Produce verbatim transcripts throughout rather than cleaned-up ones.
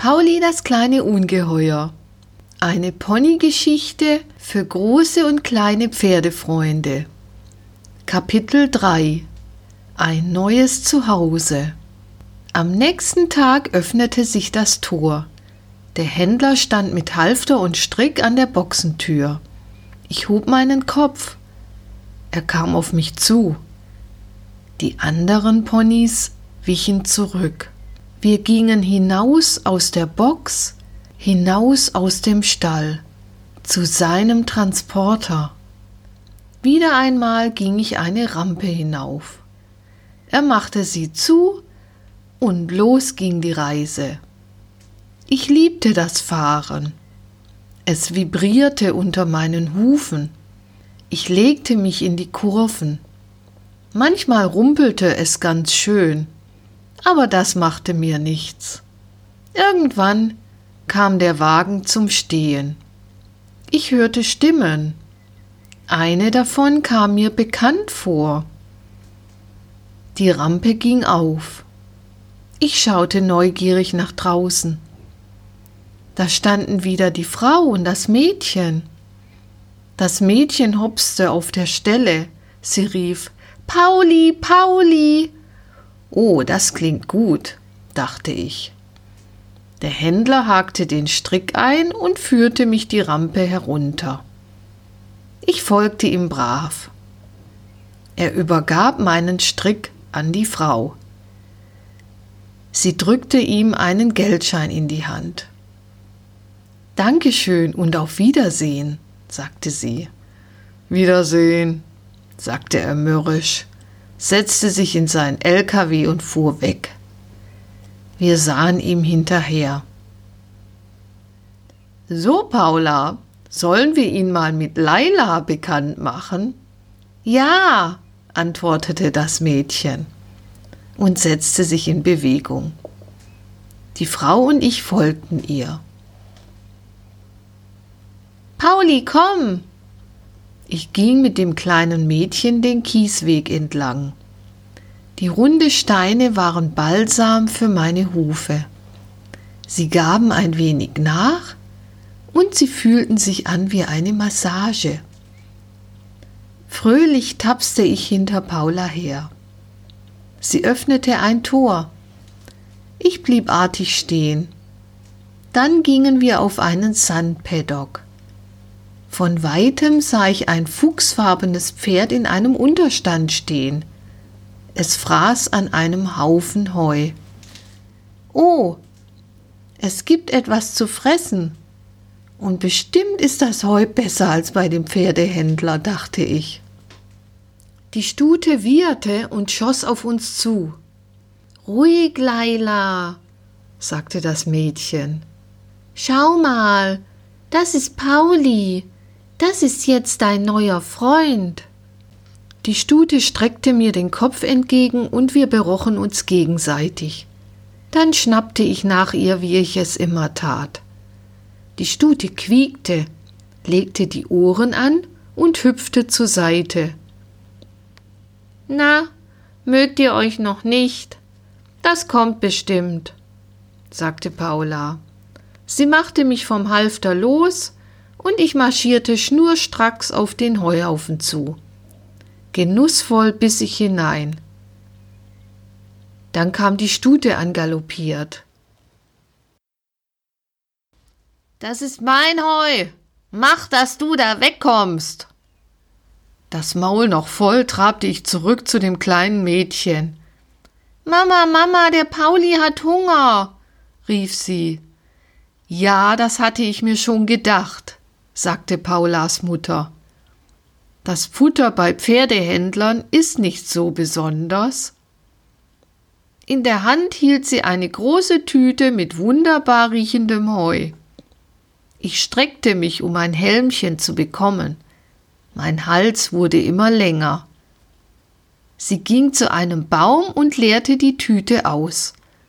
Pauli, das kleine Ungeheuer. Eine Ponygeschichte für große und kleine Pferdefreunde. Kapitel drei. Ein neues Zuhause. Am nächsten Tag öffnete sich das Tor. Der Händler stand mit Halfter und Strick an der Boxentür. Ich hob meinen Kopf. Er kam auf mich zu. Die anderen Ponys wichen zurück. Wir gingen hinaus aus der Box, hinaus aus dem Stall, zu seinem Transporter. Wieder einmal ging ich eine Rampe hinauf. Er machte sie zu und los ging die Reise. Ich liebte das Fahren. Es vibrierte unter meinen Hufen. Ich legte mich in die Kurven. Manchmal rumpelte es ganz schön, aber das machte mir nichts. Irgendwann kam der Wagen zum Stehen. Ich hörte Stimmen. Eine davon kam mir bekannt vor. Die Rampe ging auf. Ich schaute neugierig nach draußen. Da standen wieder die Frau und das Mädchen. Das Mädchen hopste auf der Stelle. Sie rief: »Pauli, Pauli!« »Oh, das klingt gut«, dachte ich. Der Händler hakte den Strick ein und führte mich die Rampe herunter. Ich folgte ihm brav. Er übergab meinen Strick an die Frau. Sie drückte ihm einen Geldschein in die Hand. »Dankeschön und auf Wiedersehen«, sagte sie. »Wiedersehen«, sagte er mürrisch, setzte sich in seinen L K W und fuhr weg. Wir sahen ihm hinterher. »So, Paula, sollen wir ihn mal mit Laila bekannt machen?« »Ja«, antwortete das Mädchen und setzte sich in Bewegung. Die Frau und ich folgten ihr. »Pauli, komm!« Ich ging mit dem kleinen Mädchen den Kiesweg entlang. Die runde Steine waren Balsam für meine Hufe. Sie gaben ein wenig nach und sie fühlten sich an wie eine Massage. Fröhlich tapste ich hinter Paula her. Sie öffnete ein Tor. Ich blieb artig stehen. Dann gingen wir auf einen Sandpaddock. Von weitem sah ich ein fuchsfarbenes Pferd in einem Unterstand stehen. Es fraß an einem Haufen Heu. »Oh, es gibt etwas zu fressen. Und bestimmt ist das Heu besser als bei dem Pferdehändler«, dachte ich. Die Stute wieherte und schoss auf uns zu. »Ruhig, Laila«, sagte das Mädchen. »Schau mal, das ist Pauli. Das ist jetzt dein neuer Freund.« Die Stute streckte mir den Kopf entgegen und wir berochen uns gegenseitig. Dann schnappte ich nach ihr, wie ich es immer tat. Die Stute quiekte, legte die Ohren an und hüpfte zur Seite. »Na, mögt ihr euch noch nicht? Das kommt bestimmt«, sagte Paula. Sie machte mich vom Halfter los und ich marschierte schnurstracks auf den Heuhaufen zu. Genussvoll biss ich hinein. Dann kam die Stute angaloppiert. »Das ist mein Heu! Mach, dass du da wegkommst!« Das Maul noch voll trabte ich zurück zu dem kleinen Mädchen. »Mama, Mama, der Pauli hat Hunger«, rief sie. »Ja, das hatte ich mir schon gedacht«, sagte Paulas Mutter. »Das Futter bei Pferdehändlern ist nicht so besonders.« In der Hand hielt sie eine große Tüte mit wunderbar riechendem Heu. Ich streckte mich, um ein Helmchen zu bekommen. Mein Hals wurde immer länger. Sie ging zu einem Baum und leerte die Tüte aus.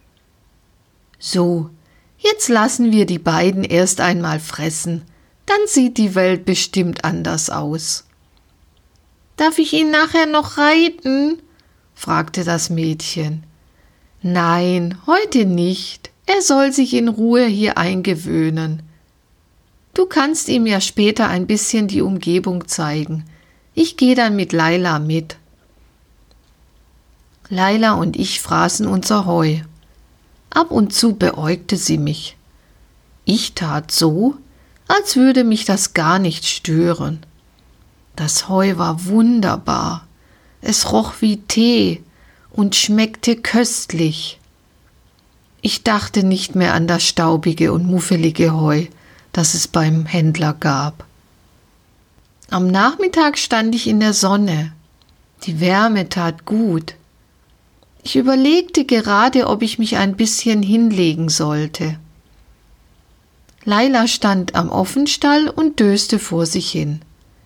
»So, jetzt lassen wir die beiden erst einmal fressen, dann sieht die Welt bestimmt anders aus.« »Darf ich ihn nachher noch reiten?« fragte das Mädchen. »Nein, heute nicht«, Er soll sich in Ruhe hier eingewöhnen. Du kannst ihm ja später ein bisschen die Umgebung zeigen. Ich gehe dann mit Laila mit. Laila und ich fraßen unser Heu. Ab und zu beäugte sie mich. Ich tat so, als würde mich das gar nicht stören. Das Heu war wunderbar. Es roch wie Tee und schmeckte köstlich. Ich dachte nicht mehr an das staubige und muffelige Heu, das es beim Händler gab. Am Nachmittag stand ich in der Sonne. Die Wärme tat gut. Ich überlegte gerade, ob ich mich ein bisschen hinlegen sollte. Laila stand am Offenstall und döste vor sich hin.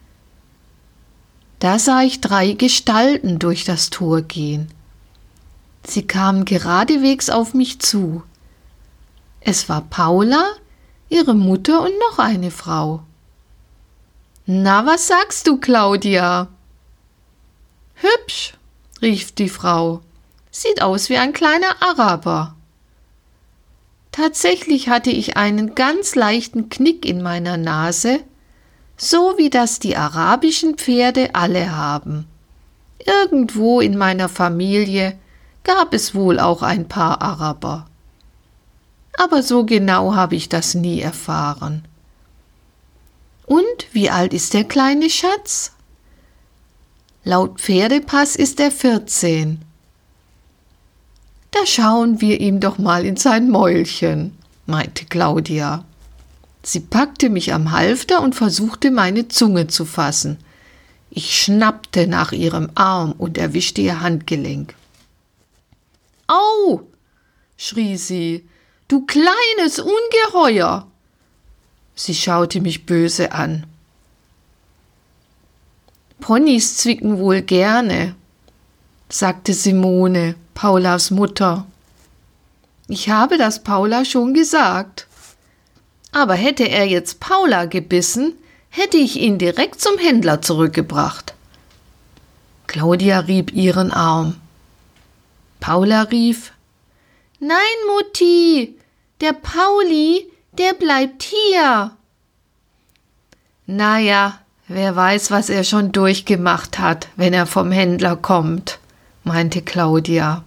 Da sah ich drei Gestalten durch das Tor gehen. Sie kamen geradewegs auf mich zu. Es war Paula, ihre Mutter und noch eine Frau. »Na, was sagst du, Claudia?« »Hübsch«, rief die Frau. »Sieht aus wie ein kleiner Araber.« Tatsächlich hatte ich einen ganz leichten Knick in meiner Nase, so wie das die arabischen Pferde alle haben. Irgendwo in meiner Familie gab es wohl auch ein paar Araber. Aber so genau habe ich das nie erfahren. »Und wie alt ist der kleine Schatz?« »Laut Pferdepass ist er vierzehn.« »Da schauen wir ihm doch mal in sein Mäulchen«, meinte Claudia. Sie packte mich am Halfter und versuchte, meine Zunge zu fassen. Ich schnappte nach ihrem Arm und erwischte ihr Handgelenk. »Au«, schrie sie, »du kleines Ungeheuer!« Sie schaute mich böse an. »Ponys zwicken wohl gerne«, sagte Simone, Paulas Mutter. Ich habe das Paula schon gesagt. Aber hätte er jetzt Paula gebissen, hätte ich ihn direkt zum Händler zurückgebracht. Claudia rieb ihren Arm. Paula rief: »Nein, Mutti, der Pauli, der bleibt hier.« »Naja, wer weiß, was er schon durchgemacht hat, wenn er vom Händler kommt«, meinte Claudia.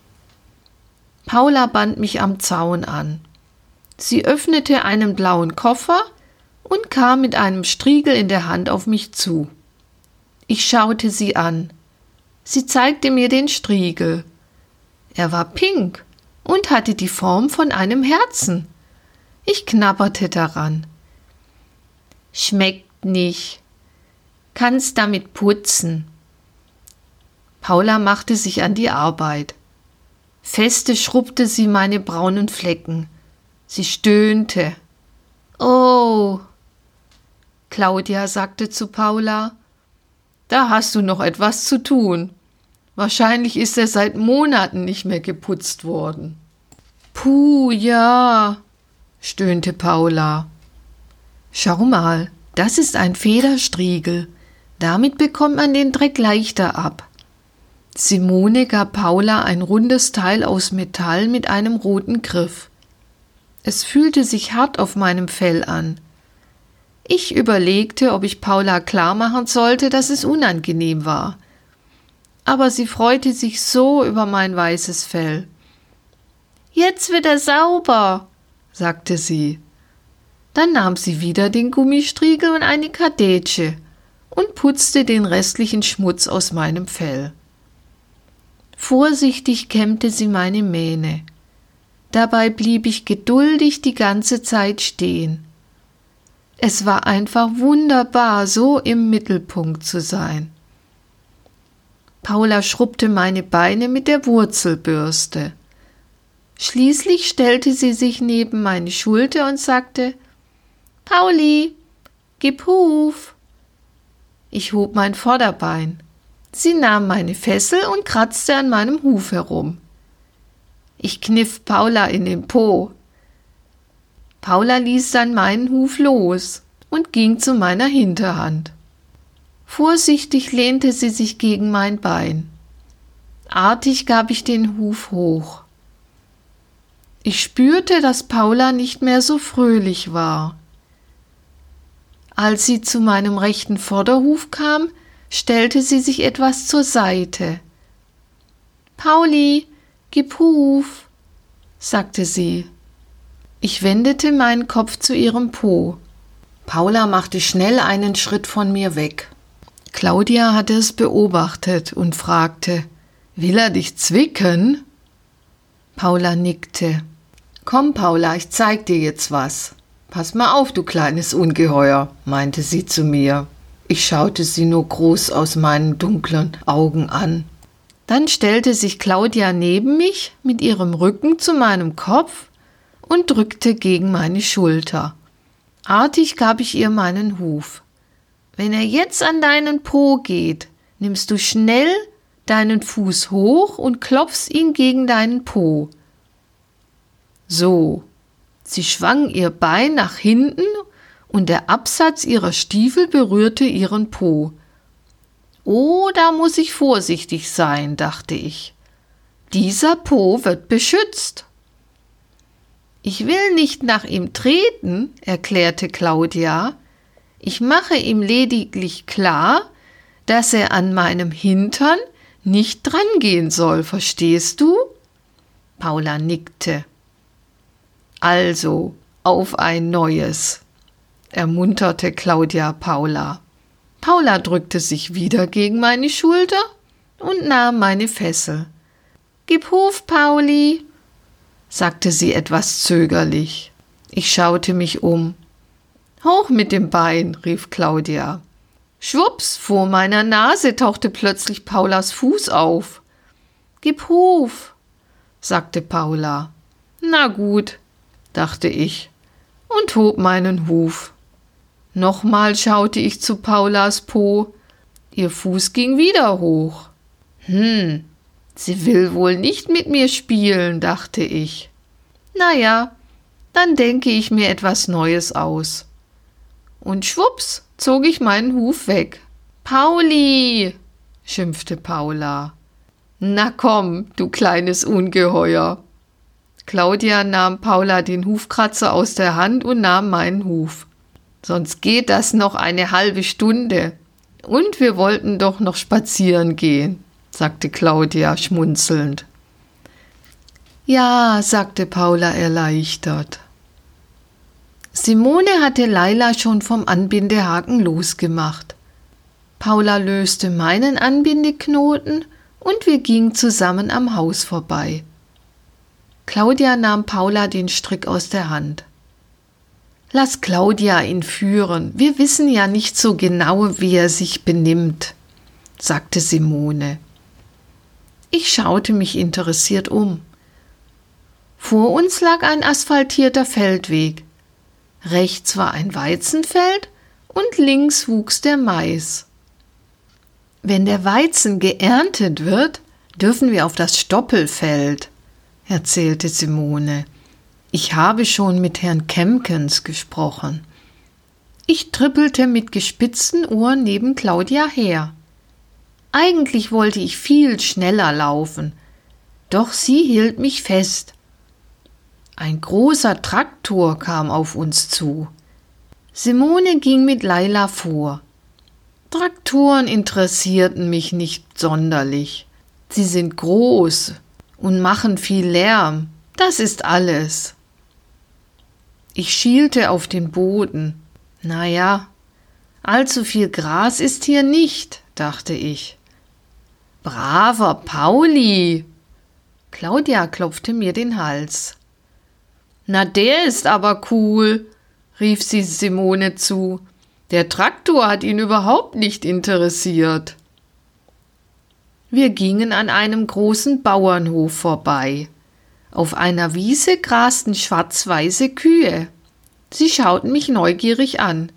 Paula band mich am Zaun an. Sie öffnete einen blauen Koffer und kam mit einem Striegel in der Hand auf mich zu. Ich schaute sie an. Sie zeigte mir den Striegel. Er war pink und hatte die Form von einem Herzen. Ich knabberte daran. »Schmeckt nicht. Kannst damit putzen.« Paula machte sich an die Arbeit. Feste schrubbte sie meine braunen Flecken. Sie stöhnte. »Oh«, Claudia sagte zu Paula, »da hast du noch etwas zu tun. Wahrscheinlich ist er seit Monaten nicht mehr geputzt worden.« »Puh, ja«, stöhnte Paula. »Schau mal, das ist ein Federstriegel. Damit bekommt man den Dreck leichter ab.« Simone gab Paula ein rundes Teil aus Metall mit einem roten Griff. Es fühlte sich hart auf meinem Fell an. Ich überlegte, ob ich Paula klarmachen sollte, dass es unangenehm war. Aber sie freute sich so über mein weißes Fell. »Jetzt wird er sauber«, sagte sie. Dann nahm sie wieder den Gummistriegel und eine Kardetsche und putzte den restlichen Schmutz aus meinem Fell. Vorsichtig kämmte sie meine Mähne. Dabei blieb ich geduldig die ganze Zeit stehen. Es war einfach wunderbar, so im Mittelpunkt zu sein. Paula schrubbte meine Beine mit der Wurzelbürste. Schließlich stellte sie sich neben meine Schulter und sagte: »Pauli, gib Huf!« Ich hob mein Vorderbein. Sie nahm meine Fessel und kratzte an meinem Huf herum. Ich kniff Paula in den Po. Paula ließ dann meinen Huf los und ging zu meiner Hinterhand. Vorsichtig lehnte sie sich gegen mein Bein. Artig gab ich den Huf hoch. Ich spürte, dass Paula nicht mehr so fröhlich war. Als sie zu meinem rechten Vorderhuf kam, stellte sie sich etwas zur Seite. »Pauli, gib Huf«, sagte sie. Ich wendete meinen Kopf zu ihrem Po. Paula machte schnell einen Schritt von mir weg. Claudia hatte es beobachtet und fragte, »Will er dich zwicken?« Paula nickte. »Komm, Paula, ich zeig dir jetzt was. Pass mal auf, du kleines Ungeheuer«, meinte sie zu mir. Ich schaute sie nur groß aus meinen dunklen Augen an. Dann stellte sich Claudia neben mich mit ihrem Rücken zu meinem Kopf und drückte gegen meine Schulter. Artig gab ich ihr meinen Huf. »Wenn er jetzt an deinen Po geht, nimmst du schnell deinen Fuß hoch und klopfst ihn gegen deinen Po.« So, sie schwang ihr Bein nach hinten und der Absatz ihrer Stiefel berührte ihren Po. »Oh, da muss ich vorsichtig sein«, dachte ich. »Dieser Po wird beschützt.« »Ich will nicht nach ihm treten«, erklärte Claudia. »Ich mache ihm lediglich klar, dass er an meinem Hintern nicht drangehen soll, verstehst du?« Paula nickte. »Also, auf ein neues«, ermunterte Claudia Paula. Paula drückte sich wieder gegen meine Schulter und nahm meine Fessel. »Gib Huf, Pauli«, sagte sie etwas zögerlich. Ich schaute mich um. »Hoch mit dem Bein«, rief Claudia. Schwupps, vor meiner Nase tauchte plötzlich Paulas Fuß auf. »Gib Huf«, sagte Paula. »Na gut«, dachte ich und hob meinen Huf. Nochmal schaute ich zu Paulas Po. Ihr Fuß ging wieder hoch. Hm, sie will wohl nicht mit mir spielen, dachte ich. Na ja, dann denke ich mir etwas Neues aus. Und schwupps zog ich meinen Huf weg. »Pauli«, schimpfte Paula. »Na komm, du kleines Ungeheuer.« Claudia nahm Paula den Hufkratzer aus der Hand und nahm meinen Huf. »Sonst geht das noch eine halbe Stunde. Und wir wollten doch noch spazieren gehen«, sagte Claudia schmunzelnd. »Ja«, sagte Paula erleichtert. Simone hatte Laila schon vom Anbindehaken losgemacht. Paula löste meinen Anbindeknoten und wir gingen zusammen am Haus vorbei. Claudia nahm Paula den Strick aus der Hand. »Lass Claudia ihn führen, wir wissen ja nicht so genau, wie er sich benimmt«, sagte Simone. Ich schaute mich interessiert um. Vor uns lag ein asphaltierter Feldweg. Rechts war ein Weizenfeld und links wuchs der Mais. »Wenn der Weizen geerntet wird, dürfen wir auf das Stoppelfeld«, erzählte Simone. »Ich habe schon mit Herrn Kemkens gesprochen.« Ich trippelte mit gespitzten Ohren neben Claudia her. Eigentlich wollte ich viel schneller laufen, doch sie hielt mich fest. Ein großer Traktor kam auf uns zu. Simone ging mit Laila vor. Traktoren interessierten mich nicht sonderlich. Sie sind groß und machen viel Lärm. Das ist alles. Ich schielte auf den Boden. Na ja, allzu viel Gras ist hier nicht, dachte ich. Braver Pauli! Claudia klopfte mir den Hals. »Na, der ist aber cool«, rief sie Simone zu. »Der Traktor hat ihn überhaupt nicht interessiert.« Wir gingen an einem großen Bauernhof vorbei. Auf einer Wiese grasten schwarz-weiße Kühe. Sie schauten mich neugierig an.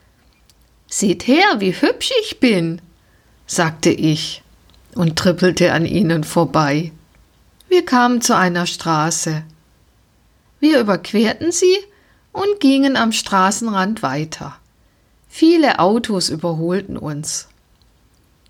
»Seht her, wie hübsch ich bin«, sagte ich und trippelte an ihnen vorbei. Wir kamen zu einer Straße. Wir überquerten sie und gingen am Straßenrand weiter. Viele Autos überholten uns.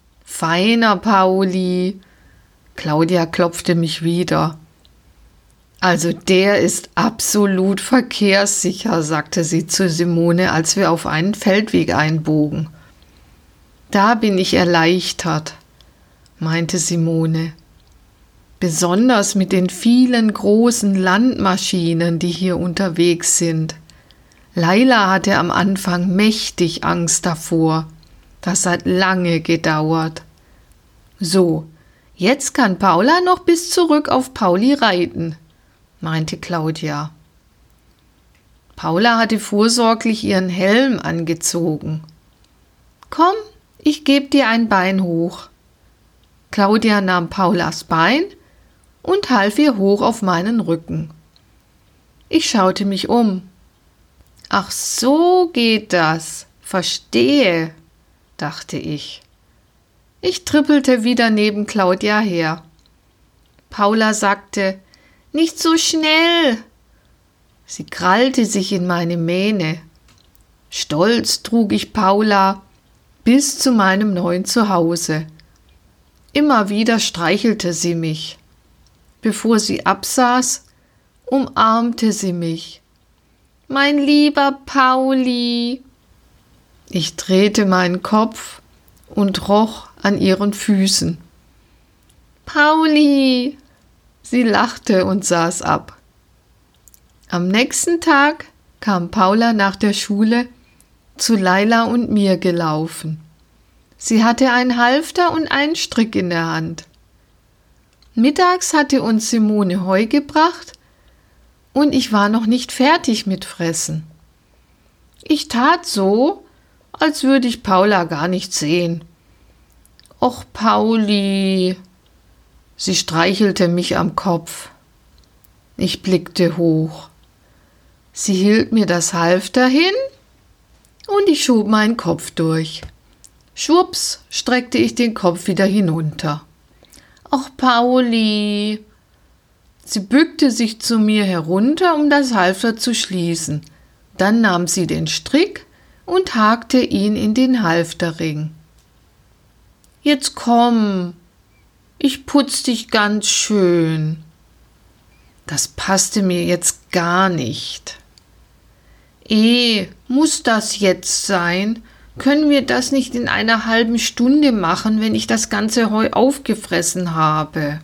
»Feiner Pauli«, Claudia klopfte mich wieder. Also der ist absolut verkehrssicher, sagte sie zu Simone, als wir auf einen Feldweg einbogen. Da bin ich erleichtert, meinte Simone. Besonders mit den vielen großen Landmaschinen, die hier unterwegs sind. Laila hatte am Anfang mächtig Angst davor. Das hat lange gedauert. So, jetzt kann Paula noch bis zurück auf Pauli reiten, meinte Claudia. Paula hatte vorsorglich ihren Helm angezogen. Komm, ich geb dir ein Bein hoch. Claudia nahm Paulas Bein und half ihr hoch auf meinen Rücken. Ich schaute mich um. Ach, so geht das. Verstehe, dachte ich. Ich trippelte wieder neben Claudia her. Paula sagte, nicht so schnell. Sie krallte sich in meine Mähne. Stolz trug ich Paula bis zu meinem neuen Zuhause. Immer wieder streichelte sie mich. Bevor sie absaß, umarmte sie mich. Mein lieber Pauli. Ich drehte meinen Kopf und roch an ihren Füßen. Pauli! Sie lachte und saß ab. Am nächsten Tag kam Paula nach der Schule zu Laila und mir gelaufen. Sie hatte einen Halfter und einen Strick in der Hand. Mittags hatte uns Simone Heu gebracht und ich war noch nicht fertig mit Fressen. Ich tat so, als würde ich Paula gar nicht sehen. Och, Pauli! Sie streichelte mich am Kopf. Ich blickte hoch. Sie hielt mir das Halfter hin und ich schob meinen Kopf durch. Schwupps, streckte ich den Kopf wieder hinunter. Och, Pauli! Sie bückte sich zu mir herunter, um das Halfter zu schließen. Dann nahm sie den Strick und hakte ihn in den Halfterring. Jetzt komm, ich putz dich ganz schön. Das passte mir jetzt gar nicht. Eh, muss das jetzt sein? Können wir das nicht in einer halben Stunde machen, wenn ich das ganze Heu aufgefressen habe?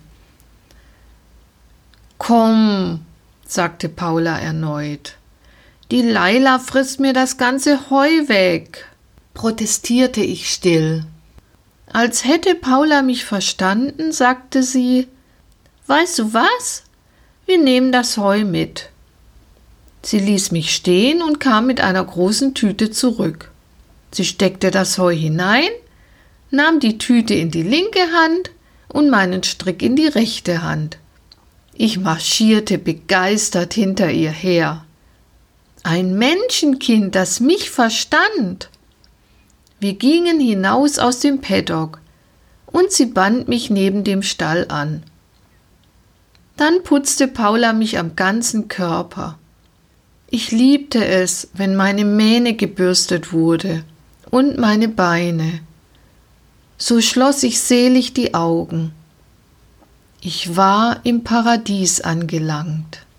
Komm, sagte Paula erneut. Die Laila frisst mir das ganze Heu weg, protestierte ich still. Als hätte Paula mich verstanden, sagte sie, weißt du was? Wir nehmen das Heu mit. Sie ließ mich stehen und kam mit einer großen Tüte zurück. Sie steckte das Heu hinein, nahm die Tüte in die linke Hand und meinen Strick in die rechte Hand. Ich marschierte begeistert hinter ihr her. Ein Menschenkind, das mich verstand. Wir gingen hinaus aus dem Paddock und sie band mich neben dem Stall an. Dann putzte Paula mich am ganzen Körper. Ich liebte es, wenn meine Mähne gebürstet wurde und meine Beine. So schloss ich selig die Augen. Ich war im Paradies angelangt.